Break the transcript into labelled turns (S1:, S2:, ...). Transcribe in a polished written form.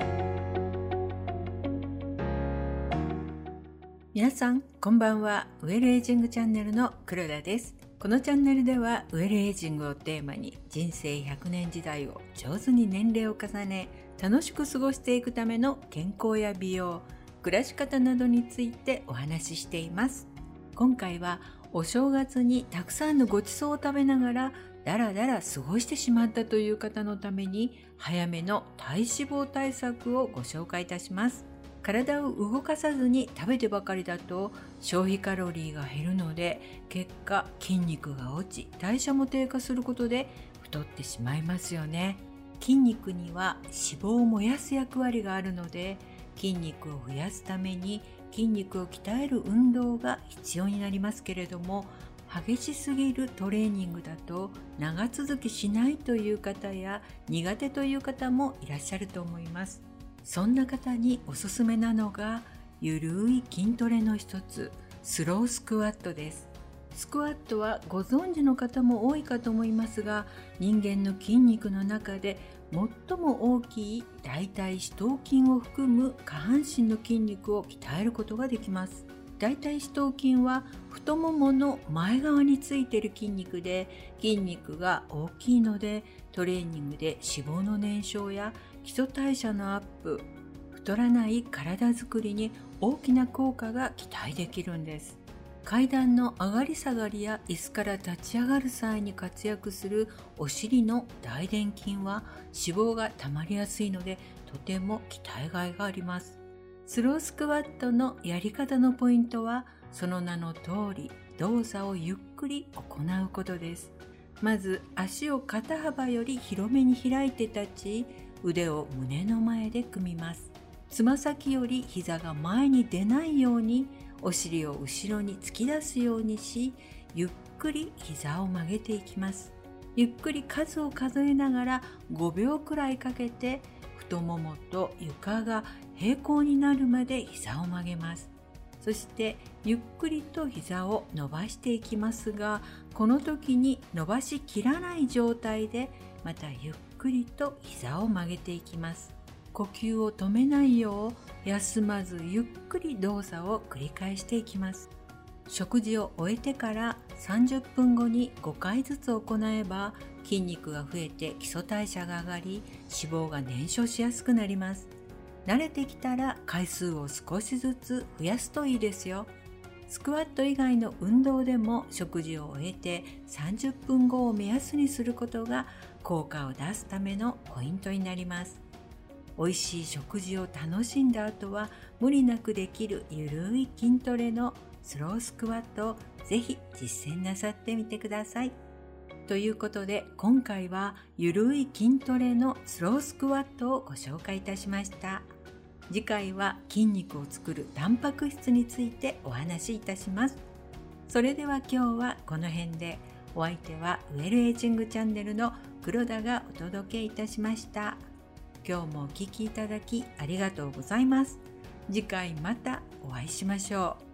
S1: 皆さんこんばんは。ウェルエイジングチャンネルの黒田です。このチャンネルではウェルエイジングをテーマに人生100年時代を上手に年齢を重ね楽しく過ごしていくための健康や美容、暮らし方などについてお話ししています。今回はお正月にたくさんのごちそうを食べながらだらだら過ごしてしまったという方のために早めの体脂肪対策をご紹介いたします。体を動かさずに食べてばかりだと消費カロリーが減るので、結果筋肉が落ち代謝も低下することで太ってしまいますよね。筋肉には脂肪を燃やす役割があるので、筋肉を増やすために筋肉を鍛える運動が必要になりますけれども、激しすぎるトレーニングだと長続きしないという方や苦手という方もいらっしゃると思います。そんな方におすすめなのがゆるい筋トレの一つ、スロースクワットです。スクワットはご存知の方も多いかと思いますが、人間の筋肉の中で最も大きい大腿四頭筋を含む下半身の筋肉を鍛えることができます。大腿四頭筋は太ももの前側についている筋肉で、筋肉が大きいのでトレーニングで脂肪の燃焼や基礎代謝のアップ、太らない体づくりに大きな効果が期待できるんです。階段の上がり下がりや椅子から立ち上がる際に活躍するお尻の大臀筋は脂肪が溜まりやすいのでとても鍛えがいがあります。スロースクワットのやり方のポイントは、その名の通り動作をゆっくり行うことです。まず足を肩幅より広めに開いて立ち、腕を胸の前で組みます。つま先より膝が前に出ないように、お尻を後ろに突き出すようにし、ゆっくり膝を曲げていきます。ゆっくり数を数えながら5秒くらいかけて、太ももと床が平行になるまで膝を曲げます。そしてゆっくりと膝を伸ばしていきますが、この時に伸ばしきらない状態でまたゆっくりと膝を曲げていきます。呼吸を止めないよう休まずゆっくり動作を繰り返していきます。食事を終えてから30分後に5回ずつ行えば筋肉が増えて基礎代謝が上がり、脂肪が燃焼しやすくなります。慣れてきたら回数を少しずつ増やすといいですよ。スクワット以外の運動でも食事を終えて30分後を目安にすることが効果を出すためのポイントになります。美味しい食事を楽しんだ後は無理なくできるゆるい筋トレのスロースクワットをぜひ実践なさってみてください。ということで今回はゆるい筋トレのスロースクワットをご紹介いたしました。次回は筋肉を作るタンパク質についてお話しいたします。それでは今日はこの辺で、お相手はウェルエイジングチャンネルの黒田がお届けいたしました。今日もお聞きいただきありがとうございます。次回またお会いしましょう。